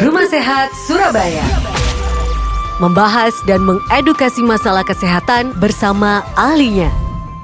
Rumah Sehat Surabaya. Membahas dan mengedukasi masalah kesehatan bersama ahlinya.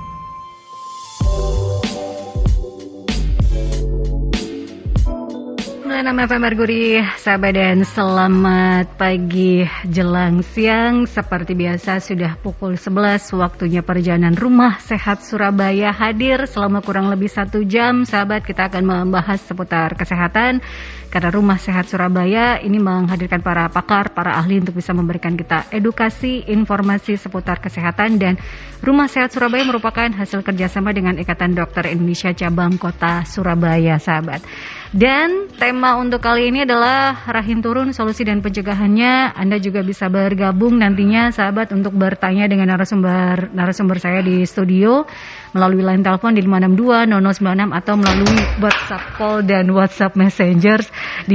FM Merguri, sahabat, dan selamat pagi jelang siang. Seperti biasa sudah pukul 11 waktunya perjalanan Rumah Sehat Surabaya hadir selama kurang lebih 1 jam. Sahabat, kita akan membahas seputar kesehatan karena Rumah Sehat Surabaya ini menghadirkan para pakar, para ahli untuk bisa memberikan kita edukasi, informasi seputar kesehatan. Dan Rumah Sehat Surabaya merupakan hasil kerjasama dengan Ikatan Dokter Indonesia Cabang Kota Surabaya, sahabat. Dan tema untuk kali ini adalah rahim turun, solusi dan pencegahannya. Anda juga bisa bergabung nantinya, sahabat, untuk bertanya dengan narasumber saya di studio melalui line telepon di 562-0096 atau melalui WhatsApp call dan WhatsApp Messenger di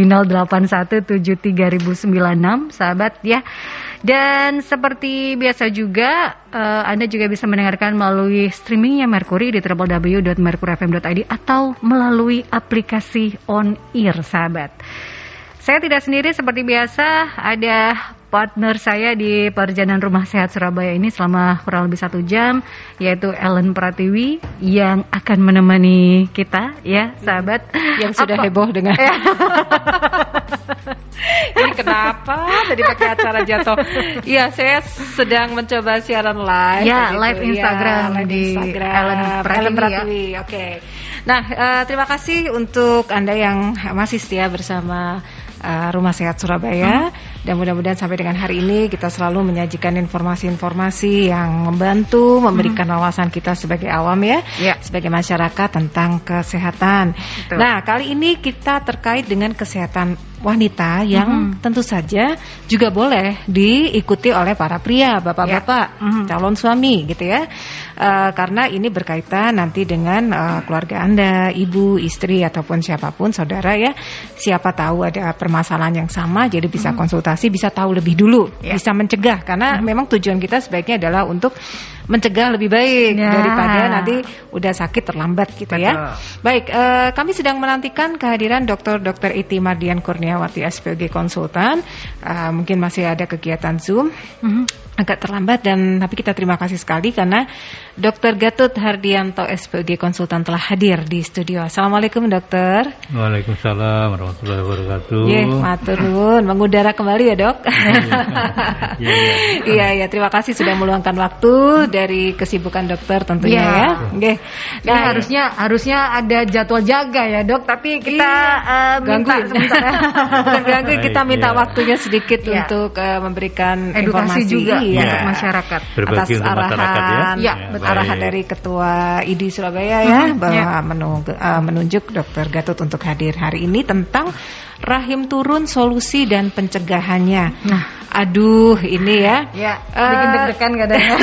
08173096, sahabat ya. Dan seperti biasa juga Anda juga bisa mendengarkan melalui streamingnya Mercury di www.mercuryfm.id atau melalui aplikasi On Ear, sahabat. Saya tidak sendiri, seperti biasa ada partner saya di perjalanan Rumah Sehat Surabaya ini selama kurang lebih 1 jam, yaitu Ellen Pratiwi yang akan menemani kita, ya sahabat. Yang sudah heboh dengan ini kenapa tadi pakai acara jatuh? Iya, saya sedang mencoba siaran live. Ya, live Instagram, ya, di Instagram. Ellen Pratiwi. Ya. Oke. Nah, terima kasih untuk Anda yang masih setia bersama Rumah Sehat Surabaya. Dan mudah-mudahan sampai dengan hari ini kita selalu menyajikan informasi-informasi yang membantu, memberikan wawasan kita sebagai awam sebagai masyarakat tentang kesehatan. Betul. Nah, kali ini kita terkait dengan kesehatan wanita yang tentu saja juga boleh diikuti oleh para pria, bapak-bapak, calon suami gitu ya. Karena ini berkaitan nanti dengan keluarga Anda, ibu, istri, ataupun siapapun, saudara ya. Siapa tahu ada permasalahan yang sama, jadi bisa konsultasi, bisa tahu lebih dulu, bisa mencegah. Karena memang tujuan kita sebaiknya adalah untuk mencegah lebih baik daripada nanti udah sakit terlambat gitu. Betul. Ya. Baik, kami sedang menantikan kehadiran Dr. Iti Mardian Kurniawati, SPOG konsultan. Mungkin masih ada kegiatan Zoom. Agak terlambat, dan tapi kita terima kasih sekali karena Dr. Gatut Hardianto, SPOG konsultan, telah hadir di studio. Assalamualaikum, dokter. Waalaikumsalam warahmatullahi wabarakatuh. Matur nuwun, mengudara kembali ya, Dok. Iya, terima kasih sudah meluangkan waktu dari kesibukan dokter tentunya ya. Nah, harusnya ada jadwal jaga ya, Dok, tapi kita minta sebentar. Bukan ganggu, kita minta waktunya sedikit untuk memberikan edukasi informasi juga untuk masyarakat. Berbagi atas untuk arahan, arahan dari Ketua ID Surabaya ya, bahwa menunjuk Dr. Gatut untuk hadir hari ini tentang rahim turun, solusi dan pencegahannya. Nah, aduh ini bikin deg-degan kadang-kadang.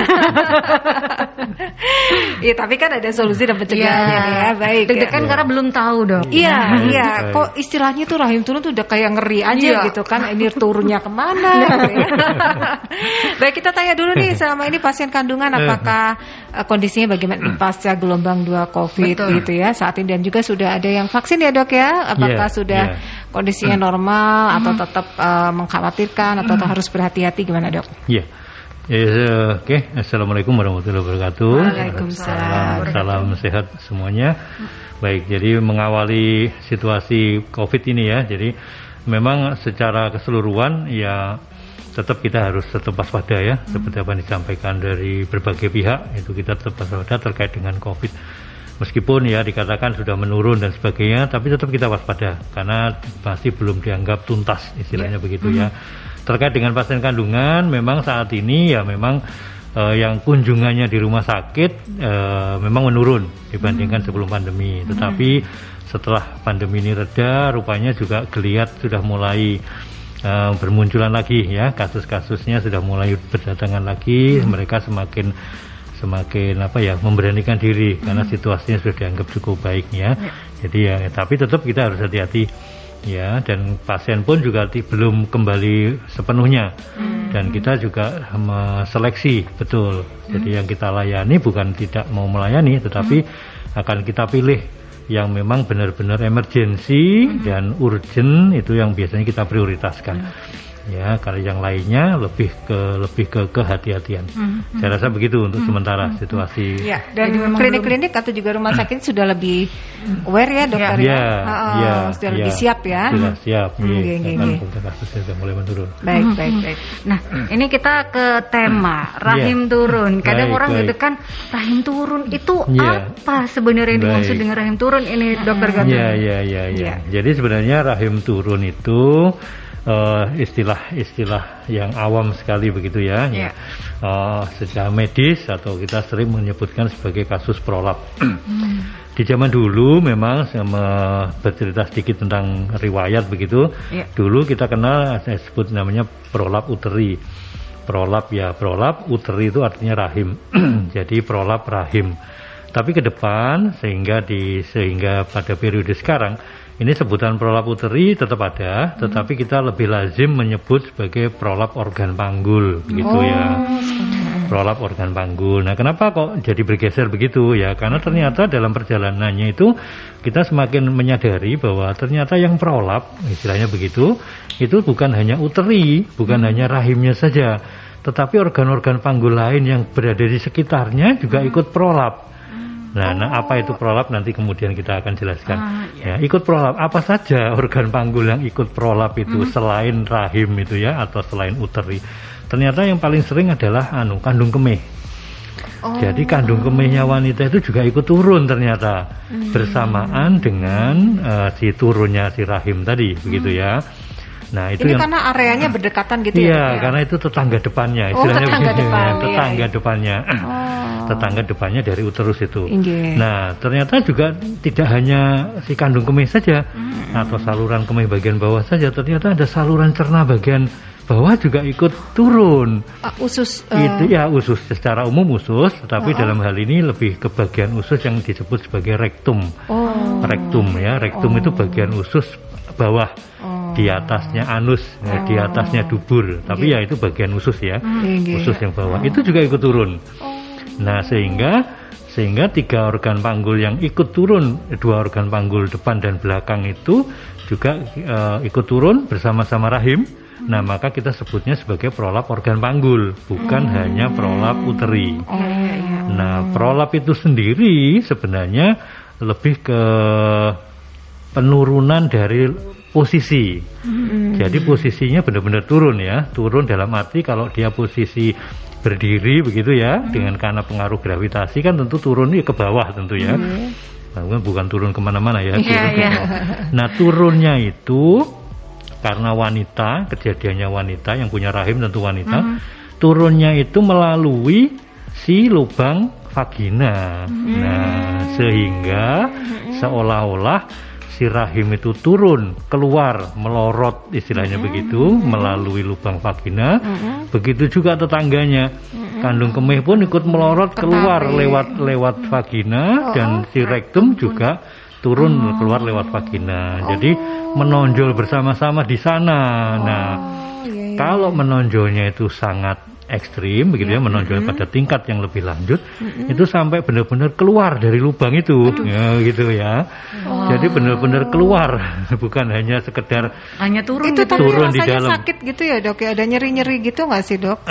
Iya, tapi kan ada solusi dan pencegahannya ya. Baik. Deg-degan karena belum tahu, Dok. Iya. Kok istilahnya tuh rahim turun tuh udah kayak ngeri aja gitu kan. Ini turunnya kemana gitu ya. Baik, kita tanya dulu nih, selama ini pasien kandungan apakah kondisinya bagaimana pasca gelombang 2 COVID gitu ya saat ini, dan juga sudah ada yang vaksin ya, Dok ya. Apakah sudah kondisinya normal atau tetap mengkhawatirkan atau harus berhati-hati, gimana, Dok? Iya. Oke. Assalamualaikum warahmatullahi wabarakatuh. Waalaikumsalam. Salam sehat semuanya. Baik, jadi mengawali situasi COVID ini ya, jadi memang secara keseluruhan ya tetap kita harus tetap waspada ya, seperti apa yang disampaikan dari berbagai pihak, itu kita tetap waspada terkait dengan COVID. Meskipun ya dikatakan sudah menurun dan sebagainya, tapi tetap kita waspada karena masih belum dianggap tuntas, istilahnya begitu ya. Terkait dengan pasien kandungan, memang saat ini ya memang yang kunjungannya di rumah sakit memang menurun dibandingkan sebelum pandemi. Tetapi setelah pandemi ini reda, rupanya juga geliat sudah mulai bermunculan lagi ya, kasus-kasusnya sudah mulai berdatangan lagi. Mereka semakin memberanikan diri karena situasinya sudah dianggap cukup baik ya. Jadi ya, tapi tetap kita harus hati-hati ya, dan pasien pun juga belum kembali sepenuhnya. Dan kita juga seleksi betul. Jadi yang kita layani bukan tidak mau melayani, tetapi akan kita pilih yang memang benar-benar emergensi dan urgent itu yang biasanya kita prioritaskan. Ya, kalau yang lainnya lebih ke kehati-hatian. Saya rasa begitu untuk sementara situasi. Ya, dan klinik-klinik atau juga rumah sakit sudah lebih aware ya dokter sudah lebih siap ya. Sudah siap. Karena kasusnya sudah mulai menurun. Baik. Nah, ini kita ke tema rahim turun. Kadang orang kan rahim turun itu apa sebenarnya yang dimaksud dengan rahim turun ini, Dokter Gatot? Iya. Jadi sebenarnya rahim turun itu istilah yang awam sekali begitu ya. Secara medis atau kita sering menyebutkan sebagai kasus prolap. Di zaman dulu memang bercerita sedikit tentang riwayat begitu. Dulu kita kenal saya sebut namanya prolap uteri. Prolap, uteri itu artinya rahim. Jadi prolap rahim. Tapi ke depan sehingga pada periode sekarang ini sebutan prolap uteri tetap ada, tetapi kita lebih lazim menyebut sebagai prolap organ panggul, begitu ya. Prolap organ panggul. Nah, kenapa kok jadi bergeser begitu ya? Karena ternyata dalam perjalanannya itu kita semakin menyadari bahwa ternyata yang prolap, istilahnya begitu, itu bukan hanya uteri, bukan hanya rahimnya saja, tetapi organ-organ panggul lain yang berada di sekitarnya juga ikut prolap. Nah, apa itu prolap nanti kemudian kita akan jelaskan. Ya, ikut prolap apa saja organ panggul yang ikut prolap itu selain rahim itu ya atau selain uteri. Ternyata yang paling sering adalah kandung kemih. Jadi kandung kemihnya wanita itu juga ikut turun ternyata bersamaan dengan si turunnya si rahim tadi begitu ya. Nah, itu ini karena areanya berdekatan gitu ya? Iya, karena itu tetangga depannya, istilahnya tetangga depannya. Tetangga depannya dari uterus itu. Nah, ternyata juga tidak hanya si kandung kemih saja atau saluran kemih bagian bawah saja, ternyata ada saluran cerna bagian bawah juga ikut turun. Usus itu ya usus secara umum usus, tetapi dalam hal ini lebih ke bagian usus yang disebut sebagai rektum. Rektum ya, rektum itu bagian usus bawah. Di atasnya anus, di atasnya dubur, tapi ya itu bagian usus ya, usus yang bawah itu juga ikut turun. Nah sehingga 3 organ panggul yang ikut turun, 2 organ panggul depan dan belakang itu juga ikut turun bersama-sama rahim. Nah, maka kita sebutnya sebagai prolap organ panggul, bukan hanya prolap uteri. Nah, prolap itu sendiri sebenarnya lebih ke penurunan dari posisi. Jadi posisinya benar-benar turun ya. Turun dalam arti kalau dia posisi berdiri begitu ya, dengan karena pengaruh gravitasi kan tentu turun ke bawah tentu ya. Bukan turun kemana-mana ya. Nah, turunnya itu karena wanita, kejadiannya wanita yang punya rahim tentu wanita, turunnya itu melalui si lubang vagina. Nah, sehingga seolah-olah si rahim itu turun, keluar, melorot istilahnya begitu, melalui lubang vagina. Begitu juga tetangganya. Kandung kemih pun ikut melorot keluar lewat vagina dan si rektum juga turun keluar lewat vagina. Jadi menonjol bersama-sama di sana. Nah, kalau menonjolnya itu sangat ekstrim begitu ya, menonjol pada tingkat yang lebih lanjut, itu sampai benar-benar keluar dari lubang itu, ya, gitu ya. Jadi benar-benar keluar, bukan hanya sekedar turun. Itu tapi turun rasanya di dalam. Sakit gitu ya dok? Ada nyeri-nyeri gitu nggak sih dok?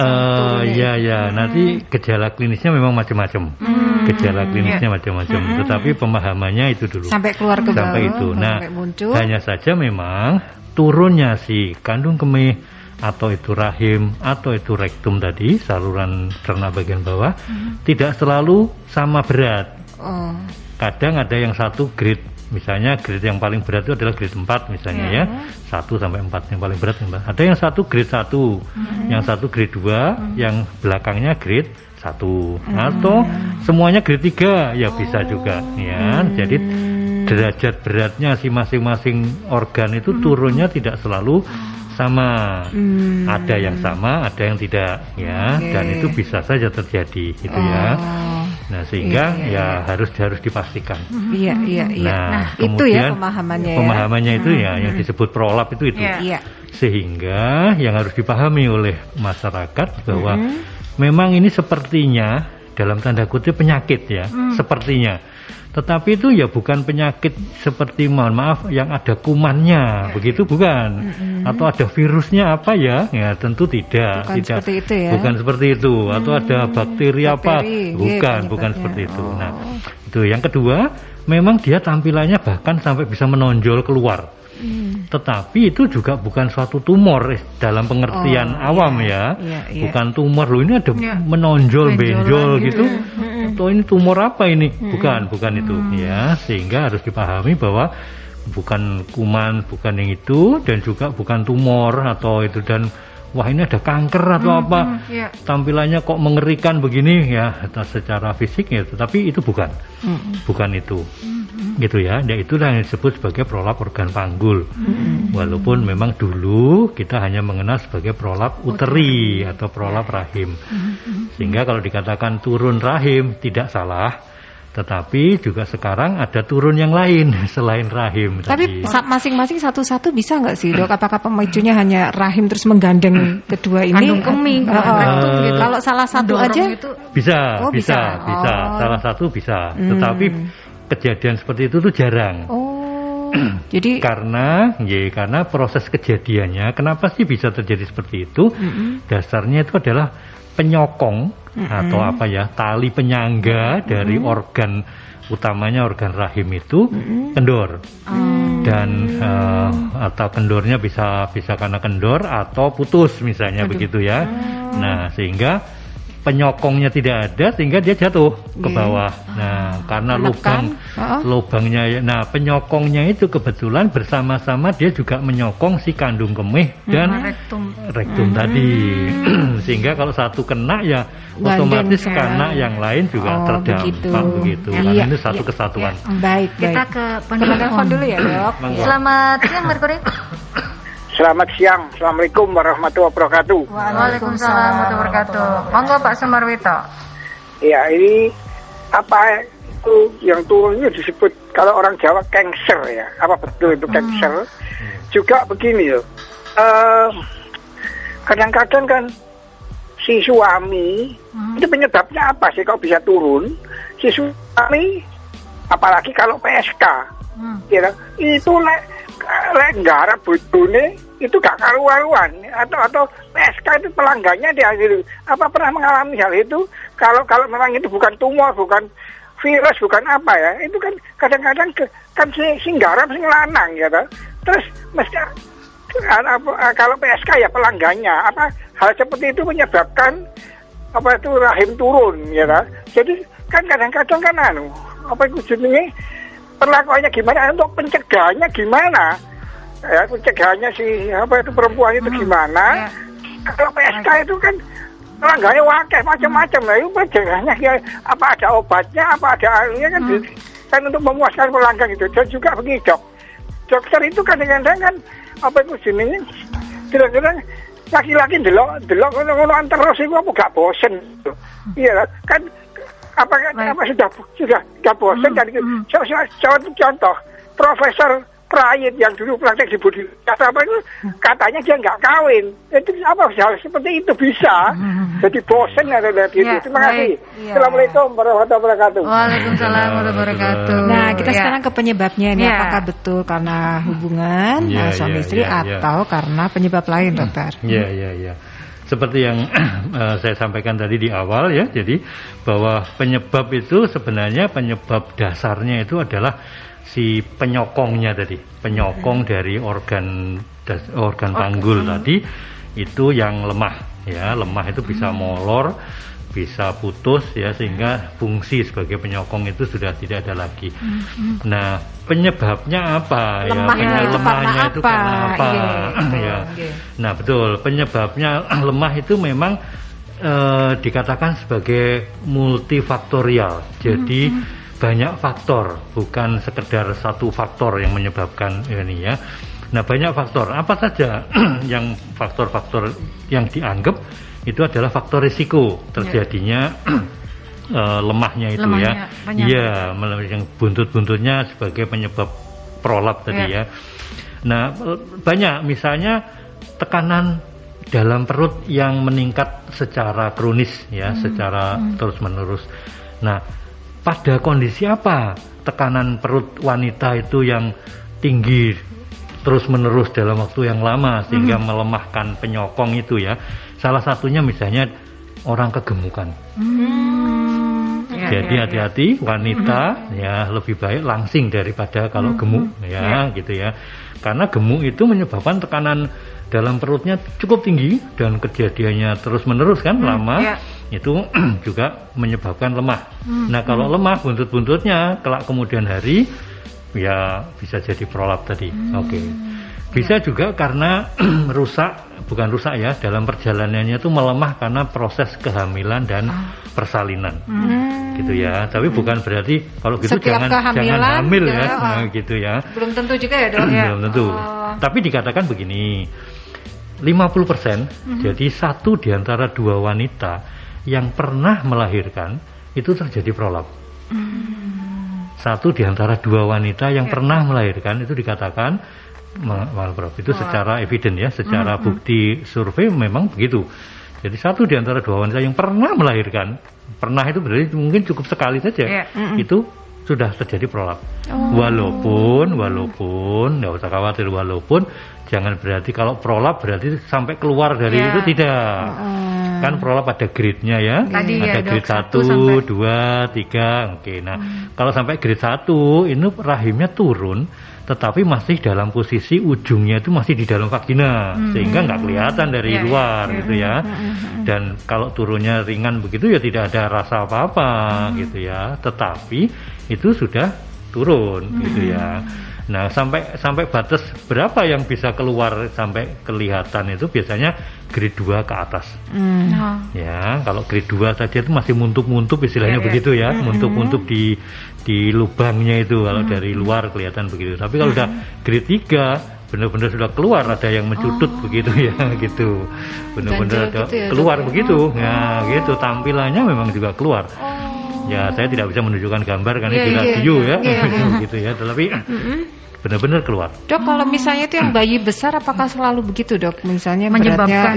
Nanti gejala klinisnya memang macam-macam. Gejala klinisnya macam-macam. Tetapi pemahamannya itu dulu. Sampai keluar ke bawah. Sampai itu. Nah, hanya saja memang turunnya si kandung kemih atau itu rahim atau itu rektum tadi, saluran cerna bagian bawah, tidak selalu sama berat. Kadang ada yang satu grade, misalnya grade yang paling berat itu adalah grade 4 misalnya ya, 1 sampai 4 yang paling berat. Ada yang satu grade 1, yang satu grade 2, yang belakangnya grade 1, atau semuanya grade 3 ya bisa juga ya. Jadi derajat beratnya si masing-masing organ itu turunnya tidak selalu sama, ada yang sama, ada yang tidak ya, dan itu bisa saja terjadi gitu ya. Nah sehingga ya harus dipastikan. Nah itu ya pemahamannya. Pemahamannya itu ya yang disebut prolap itu. Sehingga yang harus dipahami oleh masyarakat bahwa memang ini sepertinya dalam tanda kutip penyakit ya, sepertinya. Tetapi itu ya bukan penyakit seperti mohon maaf yang ada kumannya, begitu bukan? Atau ada virusnya apa ya? Ya tentu tidak. Bukan seperti itu ya. Bukan seperti itu. Atau ada bakteri apa? Bukan seperti itu. Nah, itu yang kedua, memang dia tampilannya bahkan sampai bisa menonjol keluar. Tetapi itu juga bukan suatu tumor dalam pengertian awam ya. Bukan tumor loh, ini ada menonjol, benjol gitu. Atau ini tumor apa ini? Bukan itu ya. Sehingga harus dipahami bahwa bukan kuman, bukan yang itu, dan juga bukan tumor atau itu, dan wah ini ada kanker atau apa, tampilannya kok mengerikan begini ya secara fisik ya, tetapi itu bukan itu, gitu ya. Dan itulah yang disebut sebagai prolap organ panggul. Walaupun memang dulu kita hanya mengenal sebagai prolap uteri atau prolap rahim. Sehingga kalau dikatakan turun rahim tidak salah. Tetapi juga sekarang ada turun yang lain selain rahim. Tapi masing-masing satu-satu bisa nggak sih dok? Apakah pemicunya hanya rahim terus menggandeng kedua ini? Kandung kemih, gitu. Kalau salah satu aja itu bisa. Salah satu bisa. Tetapi kejadian seperti itu tuh jarang. Jadi karena proses kejadiannya, kenapa sih bisa terjadi seperti itu? Dasarnya itu adalah penyokong atau apa ya, tali penyangga dari organ utamanya organ rahim itu kendor. Dan atau kendornya bisa karena kendor atau putus misalnya begitu ya. Nah, sehingga penyokongnya tidak ada sehingga dia jatuh ke bawah. Nah, karena lubangnya, nah penyokongnya itu kebetulan bersama-sama dia juga menyokong si kandung kemih dan rektum tadi. Sehingga kalau satu kena ya otomatis kena yang lain juga terdampak begitu. Karena ini satu kesatuan. Baik. Kita ke penelpon dulu ya, Dok. Selamat siang, Merkuri. Selamat siang, Assalamualaikum warahmatullahi wabarakatuh. Waalaikumsalam warahmatullahi wabarakatuh. Monggo Pak Sumarwito. Ya, ini apa itu yang turunnya disebut kalau orang Jawa cancer ya? Apa betul itu cancer? Juga begini loh. Kadang-kadang kan si suami itu penyebabnya apa sih kalau bisa turun? Si suami, apalagi kalau PSK, ya, itu lek garap bojone itu gak karuan atau PSK itu pelanggannya dia gitu. Apa pernah mengalami hal itu? Kalau memang itu bukan tumor, bukan virus, bukan apa ya, itu kan kadang-kadang kan si garap sing lanang ya toh. Terus mesti kalau PSK ya pelanggannya, apa hal seperti itu menyebabkan apa itu rahim turun ya toh. Jadi kan kadang-kadang kan apa itu jenenge perlakuannya gimana, untuk pencegahannya gimana? Ya, pencegahannya si apa itu perempuan itu gimana? Kalau PSK itu kan pelanggannya wakil macam-macam lah, itu pencegahannya ya, apa ada obatnya, apa ada anunya kan untuk memuaskan pelanggan itu. Dan juga begini dokter itu kadang-kadang kan apa itu jenenge kadang-kadang laki-laki delok ngono terus itu apa gak bosen gitu. Iya kan apa sudah bosen kan gitu. Contoh Profesor Prayit yang dulu praktek di Budi apa itu katanya dia nggak kawin, itu apa hal seperti itu bisa jadi bosen atau gitu. Terima kasih. Assalamualaikum warahmatullahi wabarakatuh. Waalaikumsalam warahmatullahi wabarakatuh. Nah, kita sekarang ke penyebabnya ini, apakah betul karena hubungan suami istri atau karena penyebab lain, dokter? Iya. Seperti yang saya sampaikan tadi di awal ya, jadi bahwa penyebab itu sebenarnya penyebab dasarnya itu adalah si penyokongnya tadi, penyokong dari organ panggul tadi itu yang lemah ya, lemah itu bisa molor, bisa putus ya, sehingga fungsi sebagai penyokong itu sudah tidak ada lagi. Nah, penyebabnya apa? Lemahnya itu karena apa? Ya. Nah, betul, penyebabnya lemah itu memang dikatakan sebagai multifaktorial. Jadi banyak faktor, bukan sekedar satu faktor yang menyebabkan ini ya. Nah, banyak faktor. Apa saja yang faktor-faktor yang dianggap itu adalah faktor risiko terjadinya lemahnya itu ya. Iya, yang buntut-buntutnya sebagai penyebab prolap tadi ya. Nah, banyak misalnya tekanan dalam perut yang meningkat secara kronis ya, secara terus-menerus. Nah, pada kondisi apa tekanan perut wanita itu yang tinggi terus-menerus dalam waktu yang lama sehingga melemahkan penyokong itu ya. Salah satunya misalnya orang kegemukan. Jadi hati-hati wanita ya lebih baik langsing daripada kalau gemuk ya gitu ya. Karena gemuk itu menyebabkan tekanan dalam perutnya cukup tinggi dan kejadiannya terus-menerus kan lama. Itu juga menyebabkan lemah. Nah kalau lemah buntut-buntutnya kelak kemudian hari ya bisa jadi prolap tadi. Bisa juga karena bukan rusak ya, dalam perjalanannya itu melemah karena proses kehamilan dan persalinan. Gitu ya. Tapi bukan berarti kalau gitu jangan hamil ya, gitu ya. Belum tentu juga ya, Dok ya. Belum tentu. Tapi dikatakan begini, 50%, jadi 1 di antara 2 wanita yang pernah melahirkan itu terjadi prolap. 1 di antara 2 wanita yang pernah melahirkan itu dikatakan prolap. Itu secara evident ya, secara bukti survei memang begitu. Jadi 1 di antara 2 wanita yang pernah melahirkan, pernah itu berarti mungkin cukup sekali saja, itu sudah terjadi prolap. Walaupun nggak usah khawatir, walaupun jangan berarti kalau prolap berarti sampai keluar dari itu, tidak. Kan prolap ada grade-nya ya. Tadi ada grade 1, 2, 3. Nah, kalau sampai grade 1 ini rahimnya turun tetapi masih dalam posisi ujungnya itu masih di dalam vagina sehingga nggak kelihatan dari luar gitu ya. Dan kalau turunnya ringan begitu ya tidak ada rasa apa-apa gitu ya. Tetapi itu sudah turun gitu ya. Nah, sampai batas berapa yang bisa keluar sampai kelihatan itu biasanya grade 2 ke atas. Ya, kalau grade 2 saja itu masih muntuk-muntuk istilahnya begitu ya, muntuk-muntuk di lubangnya itu kalau dari luar kelihatan begitu. Tapi kalau udah grade 3 benar-benar sudah keluar, ada yang mencutut begitu ya gitu. Benar-benar ada gitu ya, keluar begitu. Nah, gitu tampilannya memang juga keluar. Ya, saya tidak bisa menunjukkan gambar kan itu radio ya. Gitu ya, tetapi benar-benar keluar. Dok, kalau misalnya itu yang bayi besar apakah selalu begitu, Dok? Misalnya menyebabkan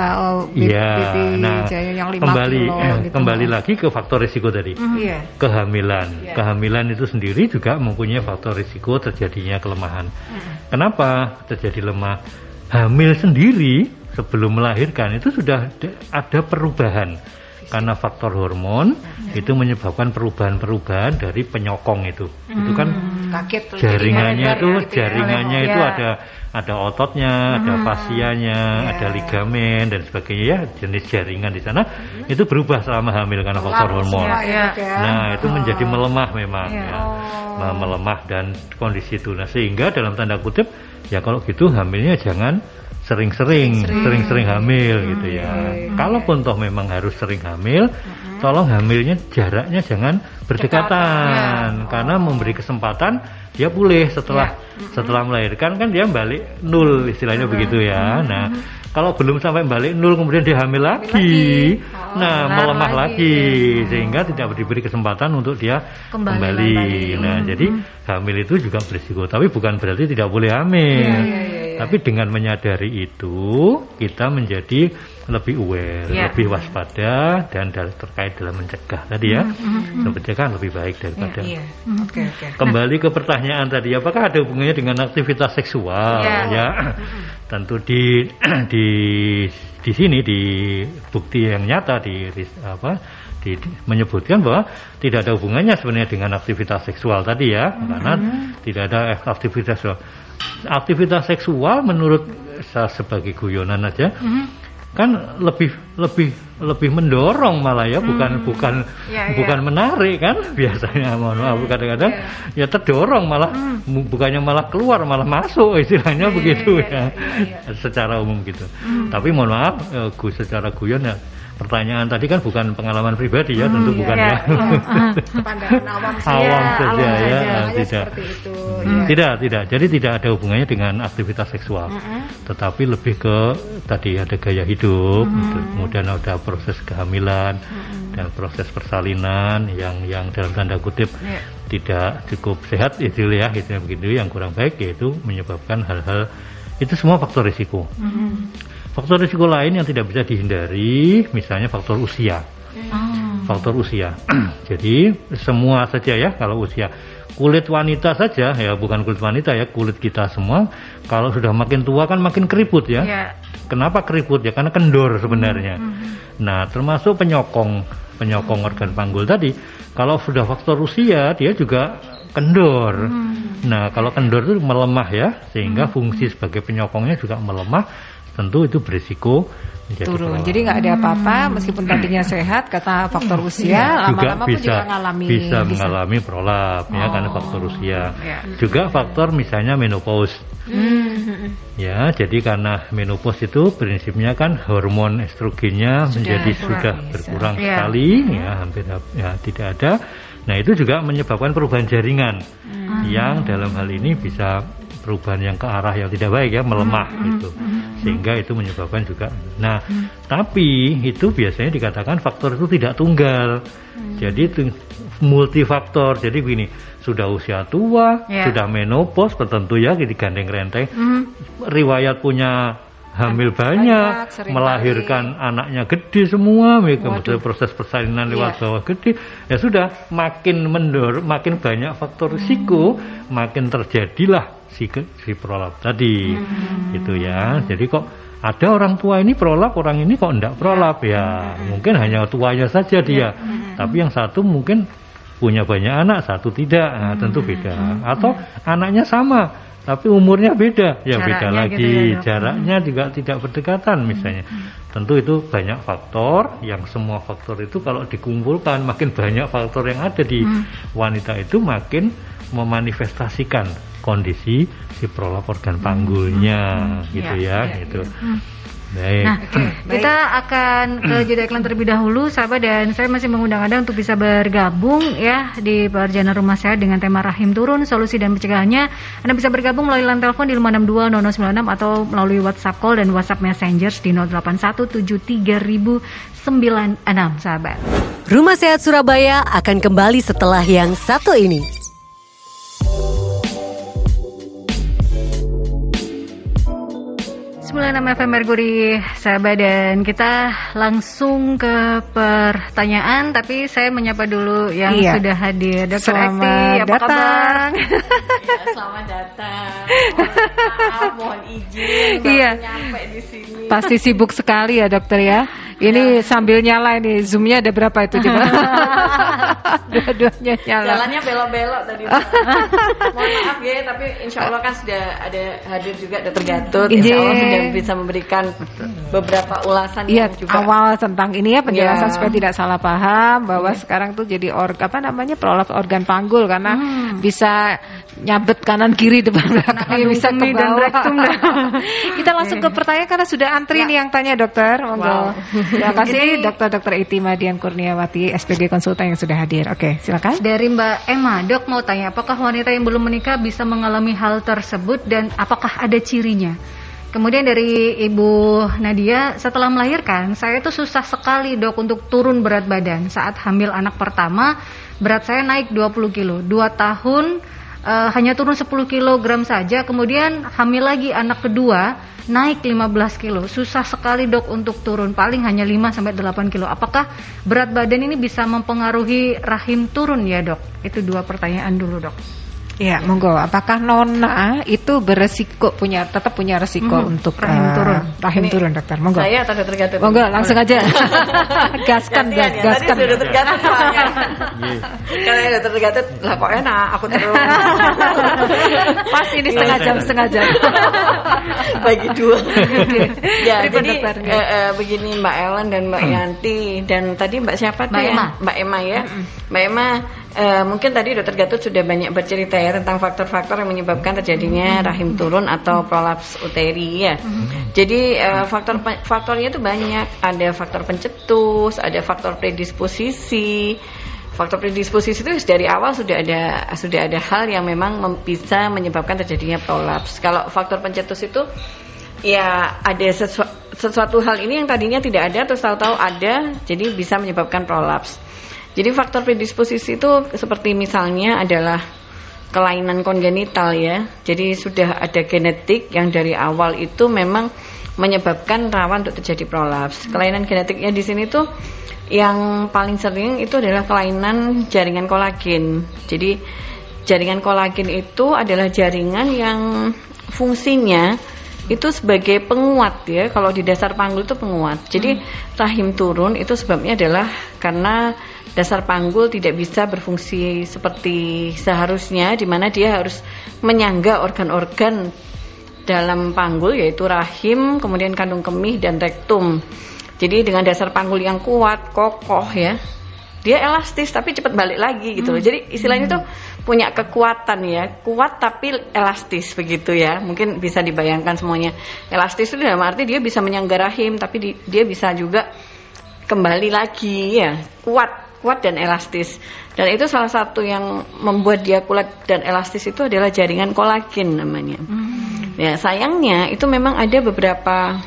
baby nah, yang 5 kilo gitu. Kembali lagi ke faktor risiko tadi. Kehamilan. Kehamilan itu sendiri juga mempunyai faktor risiko terjadinya kelemahan. Kenapa terjadi lemah? Hamil sendiri sebelum melahirkan itu sudah ada perubahan. Karena faktor hormon itu menyebabkan perubahan-perubahan dari penyokong itu. Itu kan kaget, jaringannya itu ada ototnya, ada fasianya, ada ligamen dan sebagainya ya, jenis jaringan di sana itu berubah selama hamil karena faktor hormon. Nah, itu menjadi melemah memang ya. Melemah dan kondisi itu. Nah, sehingga dalam tanda kutip ya kalau gitu hamilnya jangan sering-sering hamil gitu ya. Kalaupun toh memang harus sering hamil, tolong hamilnya jaraknya jangan berdekatan karena memberi kesempatan dia pulih setelah melahirkan kan dia balik nol istilahnya begitu ya. Nah, kalau belum sampai balik nol kemudian dia hamil lagi. Melemah lagi sehingga tidak diberi kesempatan untuk dia kembali. Nah, jadi hamil itu juga berisiko, tapi bukan berarti tidak boleh hamil. Tapi dengan menyadari itu kita menjadi lebih aware, lebih waspada dan terkait dalam mencegah tadi ya. Mencegah lebih baik daripada. Kembali ke pertanyaan tadi, apakah ada hubungannya dengan aktivitas seksual? Ya, tentu di sini di bukti yang nyata menyebutkan bahwa tidak ada hubungannya sebenarnya dengan aktivitas seksual tadi ya, karena tidak ada aktivitas seksual. Aktivitas seksual menurut saya sebagai guyonan aja kan lebih mendorong malah ya, bukan menarik kan biasanya, mohon maaf kadang-kadang ya terdorong malah bukannya malah keluar malah masuk istilahnya begitu ya. Secara umum gitu. Tapi mohon maaf secara guyon ya, pertanyaan tadi kan bukan pengalaman pribadi ya, tentu bukan ya. Pandangan awam saja ya, seperti itu. Tidak. Jadi tidak ada hubungannya dengan aktivitas seksual. Tetapi lebih ke tadi ada gaya hidup, kemudian ada proses kehamilan dan proses persalinan yang dalam tanda kutip tidak cukup sehat itu ya, itu begitu, yang kurang baik yaitu menyebabkan hal-hal itu semua faktor risiko. Faktor risiko lain yang tidak bisa dihindari, misalnya faktor usia. faktor usia. Jadi semua saja ya, kalau usia. Kulit wanita saja ya, bukan kulit wanita ya, kulit kita semua kalau sudah makin tua kan makin keriput ya. Kenapa keriput ya? Karena kendor sebenarnya. Nah, termasuk penyokong organ panggul tadi, kalau sudah faktor usia dia juga kendor. Nah, kalau kendor itu melemah ya, sehingga fungsi sebagai penyokongnya juga melemah. Tentu itu berisiko turun. Jadi nggak ada apa-apa meskipun tadinya sehat, kata faktor usia lama-lama pun juga bisa mengalami prolap ya, karena faktor usia. Juga faktor misalnya menopause. Ya, jadi karena menopause itu prinsipnya kan hormon estrogennya sudah berkurang sekali ya, hampir ya tidak ada. Nah, itu juga menyebabkan perubahan jaringan yang dalam hal ini bisa perubahan yang ke arah yang tidak baik ya, melemah gitu. Sehingga itu menyebabkan juga. Nah, tapi itu biasanya dikatakan faktor itu tidak tunggal. Jadi itu multifaktor. Jadi begini, sudah usia tua, sudah menopause tertentu ya, digandeng renteng. Riwayat punya hamil banyak, melahirkan anaknya gede semua, kemudian proses persalinan lewat bawah gede, ya sudah makin mendor, makin banyak faktor risiko, makin terjadilah si prolap tadi, gitu ya. Jadi kok ada orang tua ini prolap, orang ini kok enggak prolap ya? Mungkin hanya tuanya saja dia, tapi yang satu mungkin punya banyak anak, satu tidak, nah, tentu beda. Atau anaknya sama, tapi umurnya beda, ya beda lagi, gitu ya, jaraknya juga tidak berdekatan misalnya. Tentu itu banyak faktor, yang semua faktor itu kalau dikumpulkan, makin banyak faktor yang ada di wanita itu makin memanifestasikan kondisi si prolap organ panggulnya, gitu ya, gitu. Baik. Nah, kita akan ke jeda iklan terlebih dahulu, sahabat, dan saya masih mengundang Anda untuk bisa bergabung ya di Perjalanan Rumah Sehat dengan tema Rahim Turun, Solusi dan Pencegahannya. Anda bisa bergabung melalui line telepon di 5620096 atau melalui WhatsApp call dan WhatsApp Messengers di 0817300096, sahabat. Rumah Sehat Surabaya akan kembali setelah yang satu ini. 96 FM Mercury, sahabat, dan kita langsung ke pertanyaan, tapi saya menyapa dulu yang sudah hadir. Dr. Ekti, apa kabar? Selamat datang. Mohon izin nyampe di sini. Pasti sibuk sekali ya, dokter ya. Ini sambil nyala ini, Zoom-nya ada berapa itu coba? Dua-duanya nyala. Jalannya belok-belok tadi. Mohon maaf ya, tapi insya Allah kan sudah ada hadir juga Dr. Gatot. Insya Allah sudah bisa memberikan beberapa ulasan yang juga awal tentang ini ya, penjelasan supaya tidak salah paham bahwa sekarang tuh jadi prolap organ panggul karena bisa nyabet kanan kiri depan belakang, bisa ke bawah. Kita langsung ke pertanyaan karena sudah antri nih yang tanya, dokter. Monggo. Terima kasih Dr. Iti Madian Kurniawati, SPG Konsultan yang sudah hadir. Oke, silakan. Dari Mbak Emma, Dok mau tanya, apakah wanita yang belum menikah bisa mengalami hal tersebut dan apakah ada cirinya? Kemudian dari Ibu Nadia, setelah melahirkan, saya tuh susah sekali, Dok, untuk turun berat badan. Saat hamil anak pertama, berat saya naik 20 kilo. 2 tahun hanya turun 10 kilogram saja. Kemudian hamil lagi anak kedua, naik 15 kilo. Susah sekali, Dok, untuk turun. Paling hanya 5-8 kilo. Apakah berat badan ini bisa mempengaruhi rahim turun ya, Dok? Itu 2 pertanyaan dulu, Dok. Ya, monggo. Apakah nona itu tetap punya resiko untuk rahim turun, dokter? Monggo. Saya atau dokter Gatot? Monggo, langsung aja. gaskan. Tadi sudah dokter Gatot soalnya. Kalau dokter Gatot, lah kok enak, aku terus. Pas ini setengah jam. Bagi 2. Ya, jadi begini Mbak Ellen dan Mbak Yanti dan tadi Mbak siapa tuh ya? Mbak Emma ya. Mbak Emma, mungkin tadi Dr. Gatot sudah banyak bercerita ya tentang faktor-faktor yang menyebabkan terjadinya rahim turun atau prolaps uteri ya. Jadi faktornya itu banyak. Ada faktor pencetus, ada faktor predisposisi. Faktor predisposisi itu dari awal sudah ada hal yang memang bisa menyebabkan terjadinya prolaps. Kalau faktor pencetus itu ya ada sesuatu hal ini yang tadinya tidak ada terus tahu-tahu ada, jadi bisa menyebabkan prolaps. Jadi faktor predisposisi itu seperti misalnya adalah kelainan kongenital ya. Jadi sudah ada genetik yang dari awal itu memang menyebabkan rawan untuk terjadi prolaps. Kelainan genetiknya di sini tuh yang paling sering itu adalah kelainan jaringan kolagen. Jadi jaringan kolagen itu adalah jaringan yang fungsinya itu sebagai penguat ya. Kalau di dasar panggul itu penguat. Jadi rahim turun itu sebabnya adalah karena dasar panggul tidak bisa berfungsi seperti seharusnya, di mana dia harus menyangga organ-organ dalam panggul, yaitu rahim, kemudian kandung kemih dan rektum. Jadi dengan dasar panggul yang kuat, kokoh ya, dia elastis tapi cepat balik lagi gitu loh. Jadi istilahnya tuh punya kekuatan ya, kuat tapi elastis begitu ya. Mungkin bisa dibayangkan semuanya. Elastis itu dalam arti dia bisa menyangga rahim, tapi dia bisa juga kembali lagi ya, kuat dan elastis. Dan itu salah satu yang membuat dia kuat dan elastis itu adalah jaringan kolagen namanya. Ya, sayangnya itu memang ada beberapa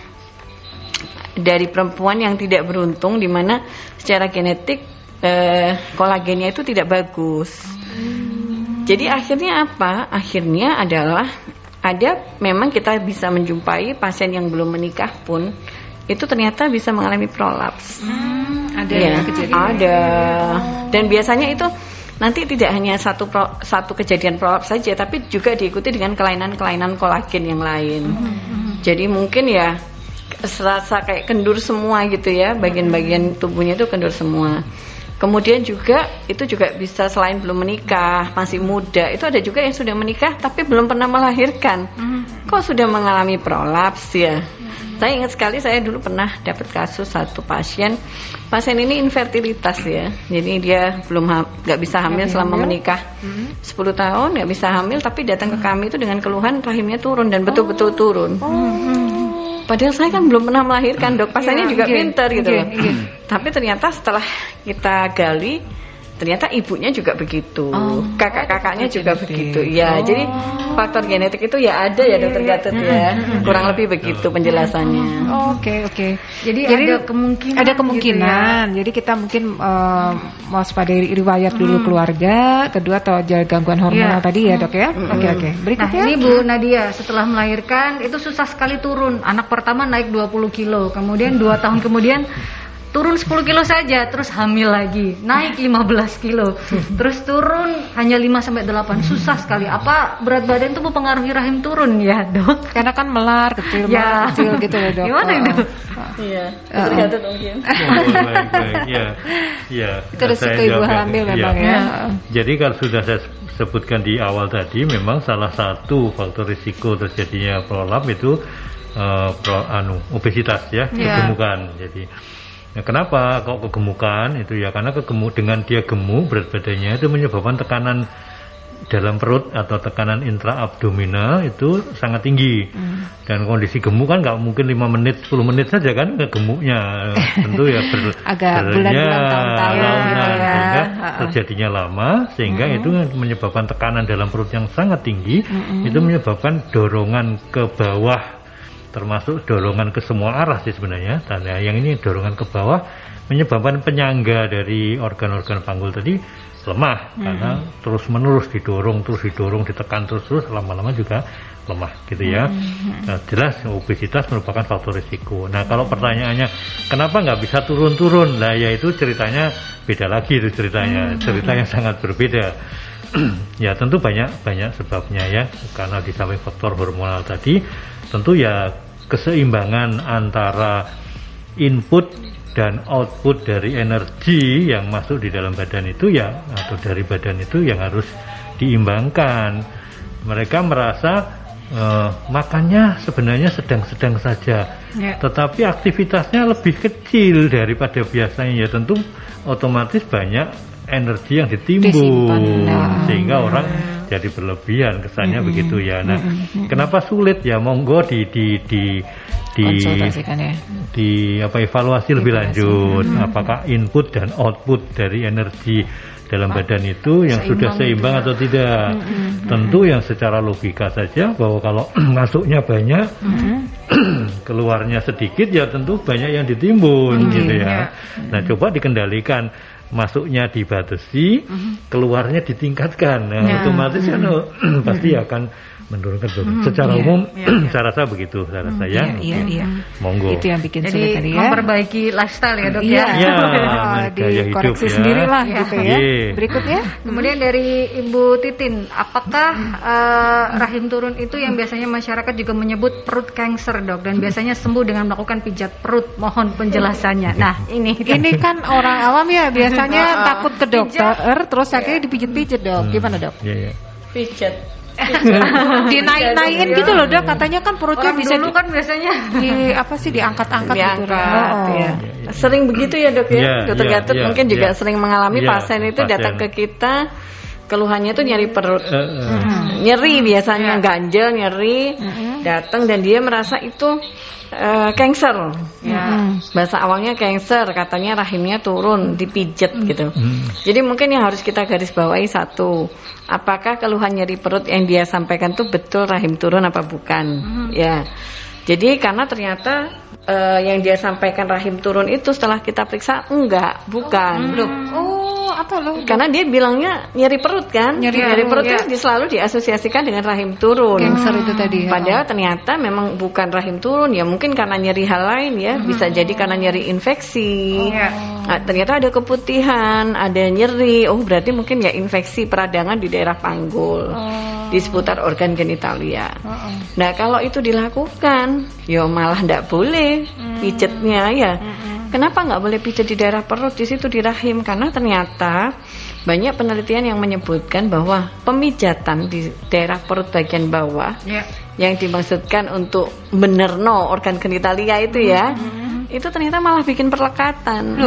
dari perempuan yang tidak beruntung, di mana secara genetik kolagennya itu tidak bagus. Jadi akhirnya apa? Akhirnya adalah memang kita bisa menjumpai pasien yang belum menikah pun itu ternyata bisa mengalami prolaps. Ada ya, kejadian. Ada. Dan biasanya itu nanti tidak hanya satu kejadian prolaps saja, tapi juga diikuti dengan kelainan-kelainan kolagen yang lain. Jadi mungkin ya serasa kayak kendur semua gitu ya, bagian-bagian tubuhnya itu kendur semua. Kemudian juga itu juga bisa selain belum menikah, masih muda, itu ada juga yang sudah menikah tapi belum pernah melahirkan. Kok sudah mengalami prolaps ya? Saya ingat sekali, saya dulu pernah dapat kasus satu pasien ini infertilitas ya. Jadi dia nggak bisa hamil selama menikah 10 tahun, nggak bisa hamil, tapi datang ke kami itu dengan keluhan rahimnya turun dan betul-betul turun. Padahal saya kan belum pernah melahirkan, dok. Pasiennya juga pintar gitu loh. Tapi ternyata setelah kita gali, ternyata ibunya juga begitu, kakak-kakaknya juga begitu. Ya, jadi faktor genetik itu ya ada ya, dokter Gatot ya. Kurang lebih begitu penjelasannya. Oke. Jadi ada kemungkinan. Jadi kita mungkin mau waspadai riwayat dulu keluarga, kedua atau gangguan hormonal tadi ya, dok ya. Oke. Berikutnya. Ini Bu Nadia setelah melahirkan itu susah sekali turun. Anak pertama naik 20 kilo, kemudian 2 tahun kemudian turun 10 kilo saja, terus hamil lagi, naik 15 kilo, terus turun hanya 5-8, susah sekali. Apa berat badan itu mempengaruhi rahim turun ya, dok? Karena kan melar kecil gitu ya, dok. Gimana itu? Iya, tergantung mungkin. Iya. Itu resiko ibu hamil memang ya. Jadi kalau sudah saya sebutkan di awal tadi, memang salah satu faktor risiko terjadinya prolaps itu obesitas ya, kegemukan. Jadi kenapa kok kegemukan itu ya, karena dengan dia gemuk, berat badannya itu menyebabkan tekanan dalam perut atau tekanan intraabdominal itu sangat tinggi. Dan kondisi gemuk kan nggak mungkin 5 menit 10 menit saja kan gemuknya, tentu ya agak bulan-bulan tahun-tahun sehingga terjadinya lama, sehingga itu menyebabkan tekanan dalam perut yang sangat tinggi. Itu menyebabkan dorongan ke bawah, termasuk dorongan ke semua arah sih sebenarnya. Dan yang ini dorongan ke bawah menyebabkan penyangga dari organ-organ panggul tadi lemah, karena terus-menerus didorong, ditekan terus, lama-lama juga lemah gitu ya. Nah, jelas obesitas merupakan faktor risiko. Nah, kalau pertanyaannya kenapa nggak bisa turun-turun, nah yaitu ceritanya beda lagi, itu ceritanya yang sangat berbeda. Ya tentu banyak sebabnya ya, karena di samping faktor hormonal tadi, tentu ya keseimbangan antara input dan output dari energi yang masuk di dalam badan itu ya, atau dari badan itu yang harus diimbangkan. Mereka merasa makannya sebenarnya sedang-sedang saja, tetapi aktivitasnya lebih kecil daripada biasanya, ya tentu otomatis banyak energi yang ditimbun, sehingga orang jadi berlebihan kesannya begitu ya. Nah, kenapa sulit ya? Monggo evaluasi lebih lanjut, apakah input dan output dari energi dalam badan itu yang sudah seimbang atau tidak. Tentu yang secara logika saja bahwa kalau masuknya banyak, keluarnya sedikit, ya tentu banyak yang ditimbun gitu ya. Nah, coba dikendalikan, masuknya dibatasi, keluarnya ditingkatkan. Nah, otomatis kan pasti akan menurunkan turun. Secara umum, cara saya begitu, cara saya. Monggo. Itu yang bikin sulit tadi ya. Memperbaiki lifestyle ya dok ya. Iya. Dikoreksi sendiri lah gitu ya. Berikutnya. Kemudian dari Ibu Titin, apakah rahim turun itu yang biasanya masyarakat juga menyebut perut cancer dok, dan biasanya sembuh dengan melakukan pijat perut? Mohon penjelasannya. Nah ini kan orang awam ya biasanya takut ke dokter, terus akhirnya dipijit-pijit dok. Gimana dok? Pijat. Dinaik-naikin gitu loh dok, katanya kan perutnya orang bisa dulu kan biasanya diangkat-angkat gitu. Sering begitu ya dok ya. Dokter Gatot mungkin juga sering mengalami pasien itu datang ke kita, keluhannya tuh nyeri perut, nyeri biasanya, ganjel, nyeri, datang dan dia merasa itu cancer. Bahasa awalnya cancer, katanya rahimnya turun, dipijat gitu. Jadi mungkin yang harus kita garis bawahi satu, apakah keluhan nyeri perut yang dia sampaikan tuh betul rahim turun apa bukan? Ya. Jadi karena ternyata yang dia sampaikan rahim turun itu setelah kita periksa bukan. Apa loh? Karena dia bilangnya nyeri perut kan? Nyeri perut itu selalu diasosiasikan dengan rahim turun. Cancer itu tadi. Padahal ternyata memang bukan rahim turun, ya mungkin karena nyeri hal lain ya, bisa jadi karena nyeri infeksi. Nah, ternyata ada keputihan, ada nyeri. Oh, berarti mungkin ya infeksi peradangan di daerah panggul. Di seputar organ genitalia. Nah, kalau itu dilakukan, ya malah ndak boleh pijetnya ya. Kenapa nggak boleh pijat di daerah perut, di situ di rahim? Karena ternyata banyak penelitian yang menyebutkan bahwa pemijatan di daerah perut bagian bawah yang dimaksudkan untuk benerno organ genitalia itu ya, itu ternyata malah bikin perlekatan.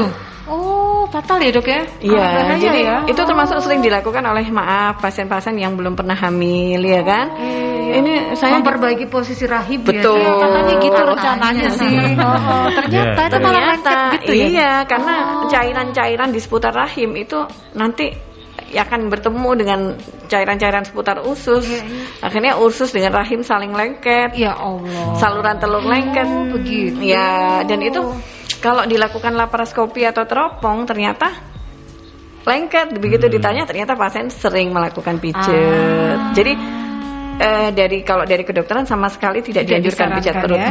Fatal ya dok ya? Iya, jadi itu termasuk sering dilakukan oleh pasien-pasien yang belum pernah hamil ya kan? Ini saya memperbaiki posisi rahim. Betul. Ya, katanya gitu rencananya sih. Ternyata itu malah lengket gitu ya? Iya, karena cairan-cairan di seputar rahim itu nanti akan bertemu dengan cairan-cairan seputar usus. Akhirnya usus dengan rahim saling lengket. Ya Allah. Saluran telur lengket. Begitu. Ya, dan itu kalau dilakukan laparoskopi atau teropong ternyata lengket. Begitu ditanya ternyata pasien sering melakukan pijat. Jadi kalau dari kedokteran sama sekali tidak dianjurkan pijat perut.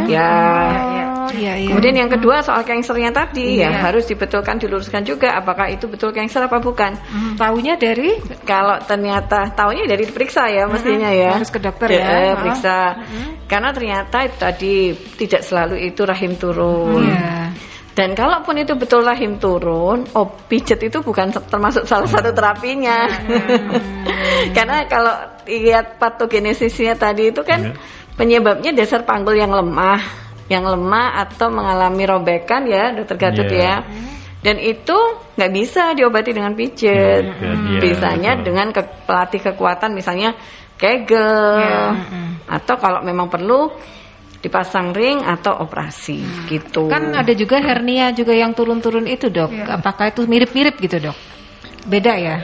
Kemudian yang kedua soal kansernya tadi harus dibetulkan, diluruskan juga apakah itu betul kanser apa bukan. Taunya dari kalau ternyata taunya dari periksa ya mestinya ya. Harus ke dokter ya. Periksa. Karena ternyata itu tadi tidak selalu itu rahim turun. Dan kalaupun itu betul rahim turun, pijat itu bukan termasuk salah satu terapinya. Karena kalau lihat patogenesisnya tadi itu kan penyebabnya dasar panggul yang lemah atau mengalami robekan ya, Dokter Gatot ya. Dan itu nggak bisa diobati dengan pijat. Bisanya dengan pelatih kekuatan, misalnya Kegel, atau kalau memang perlu dipasang ring atau operasi gitu. Kan ada juga hernia juga yang turun-turun itu dok. Apakah itu mirip-mirip gitu dok? Beda ya?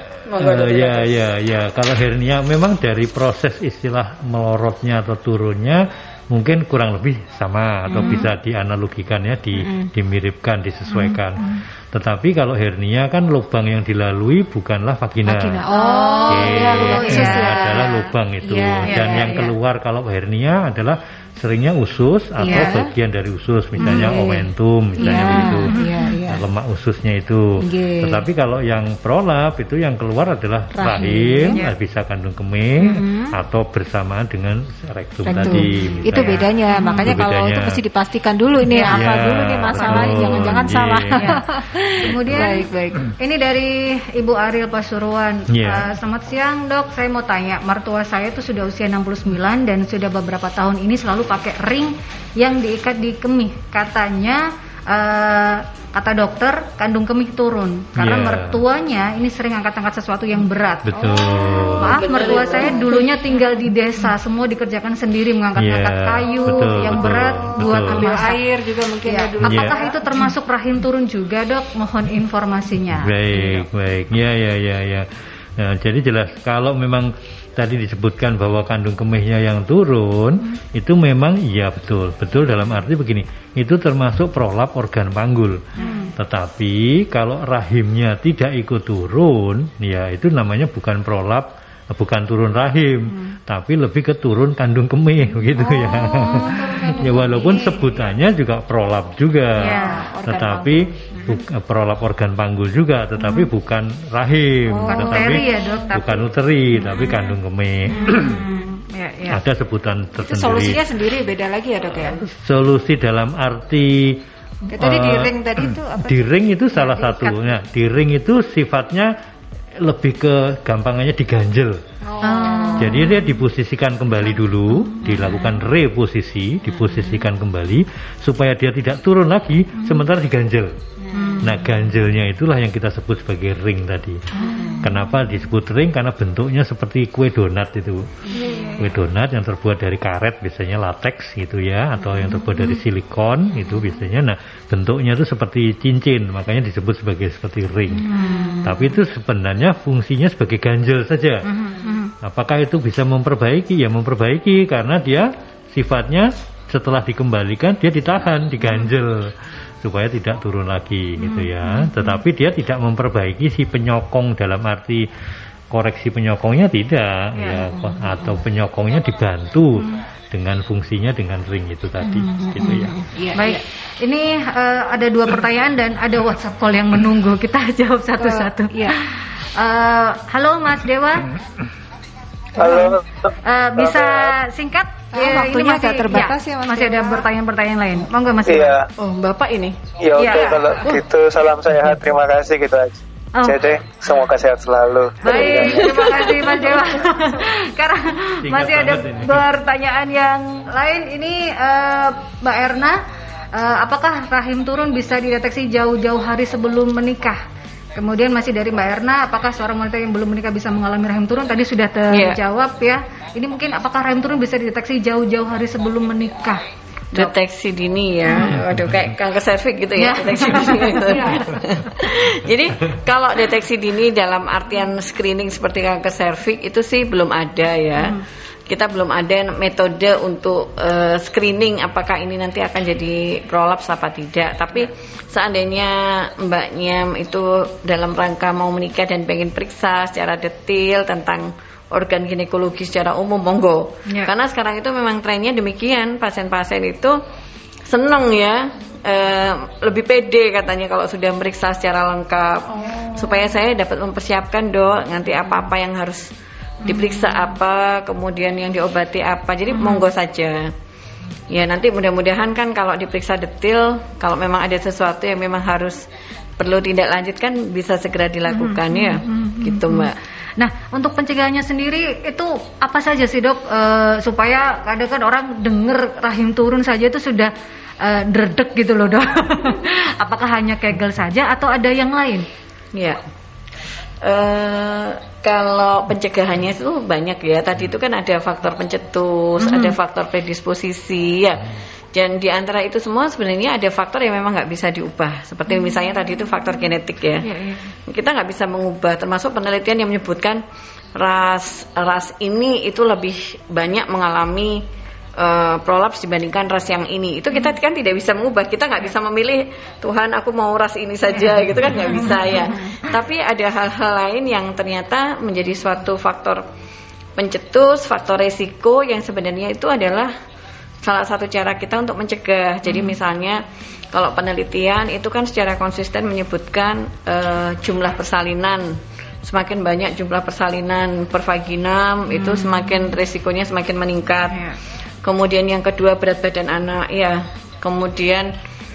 Ya. Kalau hernia memang dari proses istilah melorotnya atau turunnya mungkin kurang lebih sama atau bisa dianalogikan ya, dimiripkan, disesuaikan. Tetapi kalau hernia kan lubang yang dilalui bukanlah vagina. Adalah lubang itu. Dan yang keluar kalau hernia adalah seringnya usus atau bagian dari usus, misalnya omentum, misalnya begitu, lemak ususnya itu. Tetapi kalau yang prolap itu yang keluar adalah rahim, bisa kandung kemih atau bersamaan dengan rektum tadi. Misalnya. Itu bedanya, makanya kalau itu mesti dipastikan dulu ini apa dulu nih masalahnya, jangan-jangan salah. Kemudian ini dari Ibu Ariel Pasuruan. Selamat siang dok, saya mau tanya, mertua saya itu sudah usia 69 dan sudah beberapa tahun ini selalu pakai ring yang diikat di kemih. Katanya kata dokter kandung kemih turun karena mertuanya ini sering angkat-angkat sesuatu yang berat. Maaf, mertua saya dulunya tinggal di desa, semua dikerjakan sendiri, mengangkat-angkat kayu yang berat buat ambil air juga mungkin dulu. Apakah itu termasuk rahim turun juga dok? Mohon informasinya. Baik. Ya. Nah, jadi jelas kalau memang tadi disebutkan bahwa kandung kemihnya yang turun, itu memang iya betul dalam arti begini, itu termasuk prolap organ panggul. Tetapi kalau rahimnya tidak ikut turun, ya itu namanya bukan prolap bukan turun rahim, tapi lebih ke turun kandung kemih begitu ya. Ya walaupun sebutannya juga prolap juga, tetapi prolap organ panggul juga, tetapi bukan rahim, tetapi bukan uteri, tapi kandung kemih. Ada sebutan tersendiri. Itu solusinya sendiri beda lagi ya dok ya? Solusi dalam arti tadi di ring tadi itu apa? Di ring itu salah satunya. Di ring itu sifatnya lebih ke gampangannya diganjel. Jadi dia diposisikan kembali dulu, dilakukan reposisi, diposisikan kembali supaya dia tidak turun lagi, sementara diganjel. Nah, ganjelnya itulah yang kita sebut sebagai ring tadi. Kenapa disebut ring? Karena bentuknya seperti kue donat itu. Kue donat yang terbuat dari karet, biasanya latex gitu ya, atau yang terbuat dari silikon itu biasanya. Nah, bentuknya itu seperti cincin, makanya disebut seperti ring. Tapi itu sebenarnya fungsinya sebagai ganjel saja. Apakah itu bisa memperbaiki? Ya memperbaiki, karena dia sifatnya setelah dikembalikan dia ditahan, diganjel supaya tidak turun lagi gitu ya. Tetapi dia tidak memperbaiki si penyokong, dalam arti koreksi penyokongnya tidak ya, atau penyokongnya dibantu dengan fungsinya dengan ring itu tadi gitu ya. Baik, ini ada 2 pertanyaan dan ada WhatsApp call yang menunggu, kita jawab satu-satu. Halo Mas Dewa. Halo. Bisa singkat? Waktunya agak terbatas ya Mas. Masih ada pertanyaan-pertanyaan lain. Monggo Mas. Iya. Oh, Bapak ini. Ya udah kalau gitu salam sehat, terima kasih gitu aja. Jadi semoga sehat selalu. Baik, terima kasih Mas Dewa. Karena masih ada pertanyaan yang lain ini Mbak Erna, apakah rahim turun bisa dideteksi jauh-jauh hari sebelum menikah? Kemudian masih dari Mbak Erna, apakah seorang wanita yang belum menikah bisa mengalami rahim turun? Tadi sudah terjawab ya. Ini mungkin apakah rahim turun bisa dideteksi jauh-jauh hari sebelum menikah? Deteksi dini ya. Waduh, kayak kanker serviks gitu ya, deteksi dini itu. Jadi kalau deteksi dini dalam artian screening seperti kanker serviks itu sih belum ada ya. Kita belum ada metode untuk screening apakah ini nanti akan jadi prolaps apa tidak. Tapi seandainya mbaknya itu dalam rangka mau menikah dan pengen periksa secara detail tentang organ ginekologi secara umum, monggo. Karena sekarang itu memang trennya demikian, pasien-pasien itu seneng ya, lebih pede katanya kalau sudah meriksa secara lengkap, supaya saya dapat mempersiapkan dok, nanti apa-apa yang harus diperiksa apa, kemudian yang diobati apa. Jadi monggo saja. Ya nanti mudah-mudahan kan kalau diperiksa detail, kalau memang ada sesuatu yang memang harus perlu tindak lanjut kan bisa segera dilakukan ya, gitu Mbak. Nah untuk pencegahannya sendiri itu apa saja sih dok, supaya kadang kan orang dengar rahim turun saja itu sudah dredeg gitu loh dok. Apakah hanya Kegel saja atau ada yang lain? Ya. Kalau pencegahannya itu banyak ya. Tadi itu kan ada faktor pencetus, ada faktor predisposisi ya. Dan di antara itu semua sebenarnya ada faktor yang memang nggak bisa diubah. Seperti misalnya tadi itu faktor genetik ya. Kita nggak bisa mengubah. Termasuk penelitian yang menyebutkan ras ini itu lebih banyak mengalami prolaps dibandingkan ras yang ini. Itu kita kan tidak bisa mengubah. Kita nggak bisa memilih Tuhan aku mau ras ini saja gitu kan, nggak bisa ya. Tapi ada hal-hal lain yang ternyata menjadi suatu faktor pencetus, faktor resiko yang sebenarnya itu adalah salah satu cara kita untuk mencegah. Jadi misalnya kalau penelitian itu kan secara konsisten menyebutkan jumlah persalinan, semakin banyak jumlah persalinan per vaginam itu semakin resikonya semakin meningkat. Kemudian yang kedua berat badan anak ya. Kemudian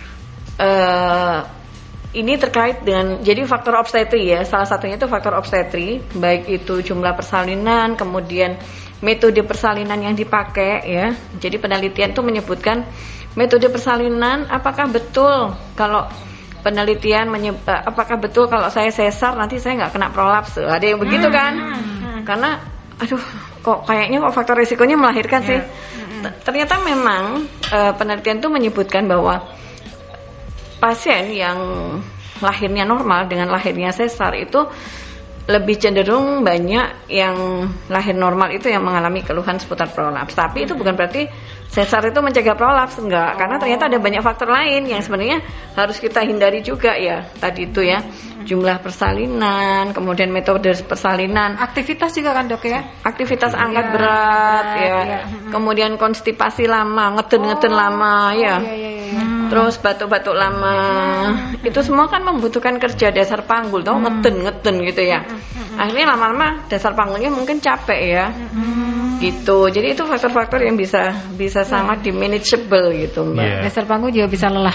ini terkait dengan jadi faktor obstetri ya. Salah satunya itu faktor obstetri, baik itu jumlah persalinan, kemudian metode persalinan yang dipakai ya. Jadi penelitian itu menyebutkan metode persalinan apakah betul kalau penelitian apakah betul kalau saya sesar nanti saya nggak kena prolaps. Ada yang begitu kan? Karena aduh kok kayaknya kok faktor risikonya melahirkan sih. Ternyata memang penelitian itu menyebutkan bahwa pasien yang lahirnya normal dengan lahirnya sesar itu lebih cenderung banyak yang lahir normal itu yang mengalami keluhan seputar prolaps. Tapi itu bukan berarti sesar itu mencegah prolaps, enggak, karena ternyata ada banyak faktor lain yang sebenarnya harus kita hindari juga ya. Tadi itu ya, jumlah persalinan, kemudian metode persalinan, aktivitas juga kan dok ya, aktivitas angkat berat ya, kemudian konstipasi lama, ngeden lama ya, terus batuk-batuk lama, itu semua kan membutuhkan kerja dasar panggul, tau ngeden gitu ya. Akhirnya lama-lama dasar panggulnya mungkin capek ya. Gitu, jadi itu faktor-faktor yang bisa sangat di-manageable gitu Mbak. Dasar panggul juga bisa lelah.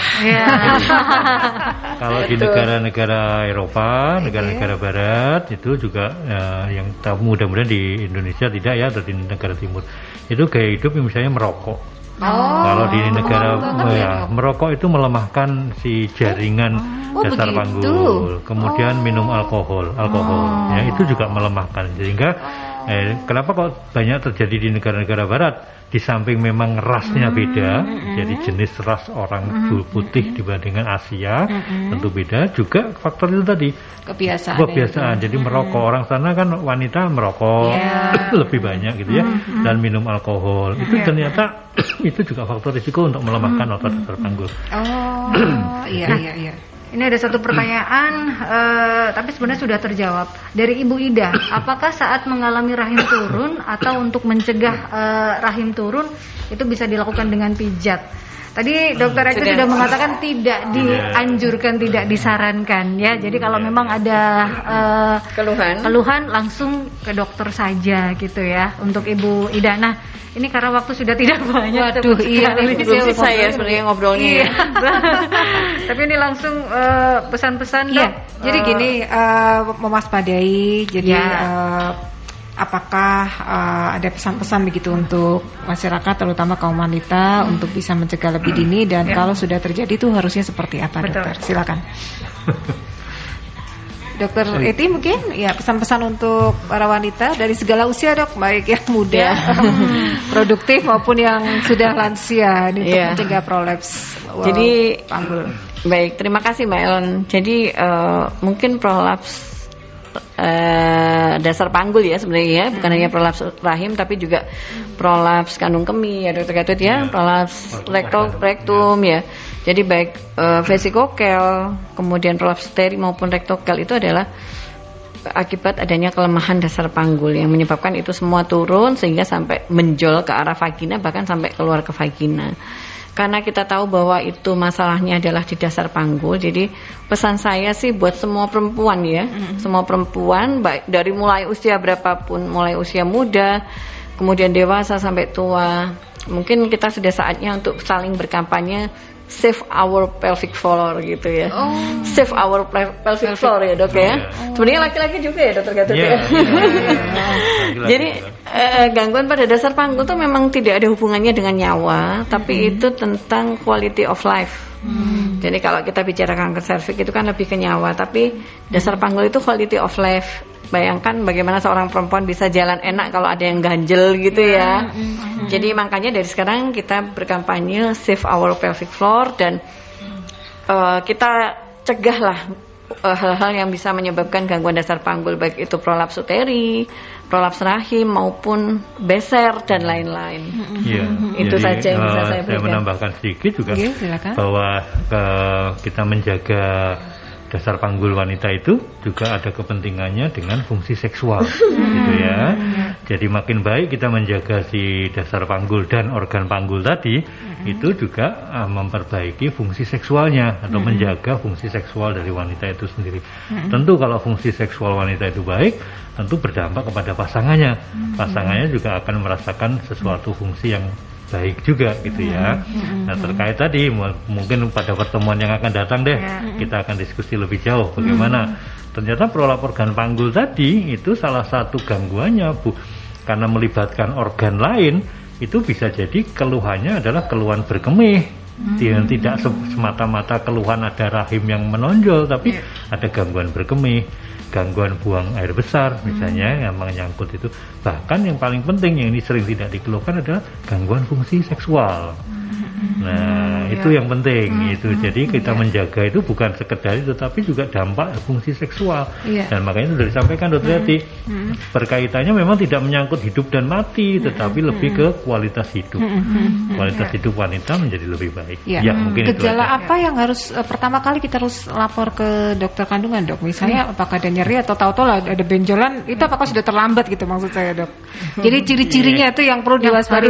Kalau di negara-negara Eropa, negara-negara Barat itu juga yang mudah-mudahan di Indonesia tidak ya, atau di negara Timur itu gaya hidup misalnya merokok. Kalau di negara merokok itu melemahkan si jaringan dasar panggul, kemudian minum alkohol ya itu juga melemahkan, sehingga kenapa kok banyak terjadi di negara-negara Barat? Di samping memang rasnya beda, jadi jenis ras orang putih dibandingkan Asia tentu beda. Juga faktor itu tadi kebiasaan. Jadi merokok, orang sana kan wanita merokok lebih banyak gitu ya, dan minum alkohol. Itu ternyata itu juga faktor risiko untuk melemahkan otot dasar panggul. Iya. Ini ada satu pertanyaan, tapi sebenarnya sudah terjawab dari Ibu Ida. Apakah saat mengalami rahim turun atau untuk mencegah rahim turun itu bisa dilakukan dengan pijat? Tadi Dokter Eko sudah mengatakan tidak dianjurkan, tidak disarankan ya. Jadi kalau memang ada keluhan langsung ke dokter saja gitu ya untuk Ibu Ida. Nah, ini karena waktu sudah tidak banyak. Waduh, belum saya sebenarnya ngobrolnya. Tapi ini langsung pesan-pesan Dok. Jadi gini, mewaspadai. Jadi apakah ada pesan-pesan begitu untuk masyarakat, terutama kaum wanita, untuk bisa mencegah lebih dini, dan kalau sudah terjadi itu harusnya seperti apa? Betul. Dokter? Silakan. Dokter Eti mungkin ya pesan-pesan untuk para wanita dari segala usia dok, baik yang muda, produktif maupun yang sudah lansia untuk mencegah prolaps. Jadi baik, terima kasih Mbak Ellen. Jadi mungkin prolaps dasar panggul ya sebenarnya ya, bukan hanya prolaps rahim tapi juga prolaps kandung kemih ya Dokter Gatot ya, prolaps rektum ya. Jadi baik vesikokel, kemudian prolaps uteri maupun rektokel itu adalah akibat adanya kelemahan dasar panggul yang menyebabkan itu semua turun sehingga sampai menjol ke arah vagina, bahkan sampai keluar ke vagina. Karena kita tahu bahwa itu masalahnya adalah di dasar panggul, jadi pesan saya sih buat semua perempuan ya, semua perempuan baik dari mulai usia berapapun, mulai usia muda, kemudian dewasa sampai tua, mungkin kita sudah saatnya untuk saling berkampanye save our pelvic floor gitu ya. Save our pelvic floor ya dok ya. Sebenarnya laki-laki juga ya Dokter Gatot ya. Jadi gangguan pada dasar panggul itu memang tidak ada hubungannya dengan nyawa, tapi itu tentang quality of life. Jadi kalau kita bicara kanker serviks itu kan lebih ke nyawa, tapi dasar panggul itu quality of life. Bayangkan bagaimana seorang perempuan bisa jalan enak kalau ada yang ganjel gitu ya. Jadi makanya dari sekarang kita berkampanye save our pelvic floor, dan kita cegahlah hal-hal yang bisa menyebabkan gangguan dasar panggul, baik itu prolaps uteri, prolaps rahim maupun beser dan lain-lain. Itu saja yang bisa saya berikan. Saya menambahkan sedikit juga bahwa kita menjaga dasar panggul wanita itu juga ada kepentingannya dengan fungsi seksual gitu ya. Jadi makin baik kita menjaga si dasar panggul dan organ panggul tadi, itu juga memperbaiki fungsi seksualnya atau menjaga fungsi seksual dari wanita itu sendiri. Tentu kalau fungsi seksual wanita itu baik, tentu berdampak kepada pasangannya. Pasangannya juga akan merasakan sesuatu fungsi yang baik juga gitu ya. Nah terkait tadi mungkin pada pertemuan yang akan datang deh kita akan diskusi lebih jauh bagaimana ternyata prolaps organ panggul tadi itu salah satu gangguannya Bu, karena melibatkan organ lain itu bisa jadi keluhannya adalah keluhan berkemih. Tidak semata-mata keluhan ada rahim yang menonjol, tapi ada gangguan berkemih, gangguan buang air besar misalnya yang menyangkut itu. Bahkan yang paling penting yang ini sering tidak dikeluhkan adalah gangguan fungsi seksual. Nah, itu yang penting itu. Jadi kita menjaga itu bukan sekedar itu, tapi juga dampak fungsi seksual. Dan makanya itu sudah disampaikan Dr. Yati. Berkaitannya memang tidak menyangkut hidup dan mati, tetapi lebih ke kualitas hidup. Kualitas hidup wanita menjadi lebih baik. Ya, mungkin gejala apa yang harus pertama kali kita harus lapor ke dokter kandungan, Dok? Misalnya apakah ada nyeri atau tahu-tahu ada benjolan, itu apakah sudah terlambat gitu maksud saya, Dok? Jadi ciri-cirinya itu yang perlu diwaspadai,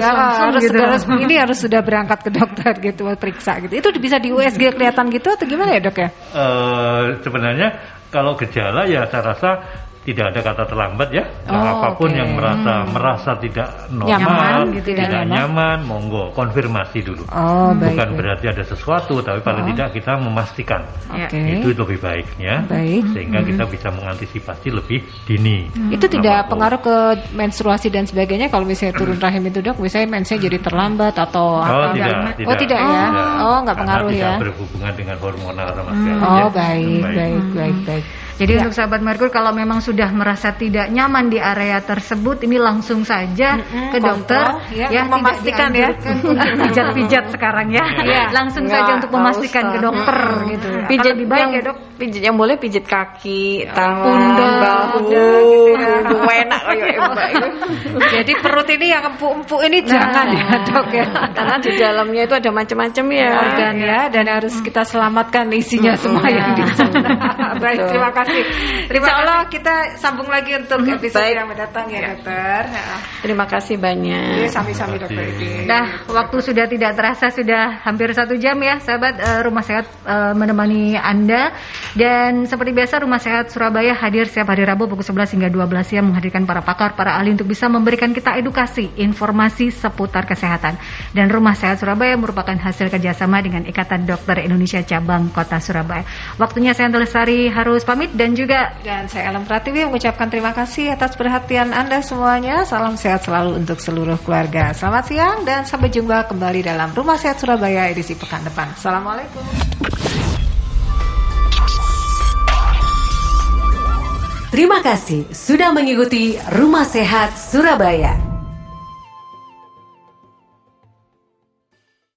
harus sudah berangkat ke dokter gitu, periksa gitu. Itu bisa di USG kelihatan gitu atau gimana ya, Dok ya? Sebenarnya kalau gejala ya saya rasa tidak ada kata terlambat ya. Apapun yang merasa tidak normal, tidak nyaman, monggo konfirmasi dulu. Bukan berarti ada sesuatu, tapi paling tidak kita memastikan. Itu lebih baik ya. Sehingga kita bisa mengantisipasi lebih dini. Itu tidak pengaruh ke menstruasi dan sebagainya kalau misalnya turun rahim itu, Dok? Misalnya mensnya jadi terlambat atau apa? Tidak ya. Nggak pengaruh ya. Tidak berhubungan dengan hormonal sama sekali. Baik. Jadi untuk sahabat Merkur, kalau memang sudah merasa tidak nyaman di area tersebut, ini langsung saja ke dokter, memastikan ya. Pijat-pijat sekarang ya. Langsung saja untuk memastikan ke dokter gitu. Pijat lebih baik ya, Dok. Pijat yang boleh pijat kaki, tangan, bahu, gitu ya. Enak kayak Mbak. Jadi perut ini yang empuk-empuk ini jangan ya, Dok ya. Karena di dalamnya itu ada macam-macam ya. Organ ya, dan harus kita selamatkan isinya semua yang di sana. Baik, terima kasih. Insya Allah kita sambung lagi untuk episode yang mendatang ya, Dokter. Terima kasih banyak. Sami-sami, Dokter. Nah, waktu sudah tidak terasa, sudah hampir 1 jam ya, sahabat. Rumah Sehat menemani Anda. Dan seperti biasa, Rumah Sehat Surabaya hadir setiap hari Rabu pukul 11 hingga 12 siang, menghadirkan para pakar, para ahli untuk bisa memberikan kita edukasi, informasi seputar kesehatan. Dan Rumah Sehat Surabaya merupakan hasil kerjasama dengan Ikatan Dokter Indonesia Cabang Kota Surabaya. Waktunya saya Lestari harus pamit, dan saya Ellen Pratiwi mengucapkan terima kasih atas perhatian Anda semuanya. Salam sehat selalu untuk seluruh keluarga. Selamat siang dan sampai jumpa kembali dalam Rumah Sehat Surabaya edisi pekan depan. Assalamualaikum. Terima kasih sudah mengikuti Rumah Sehat Surabaya.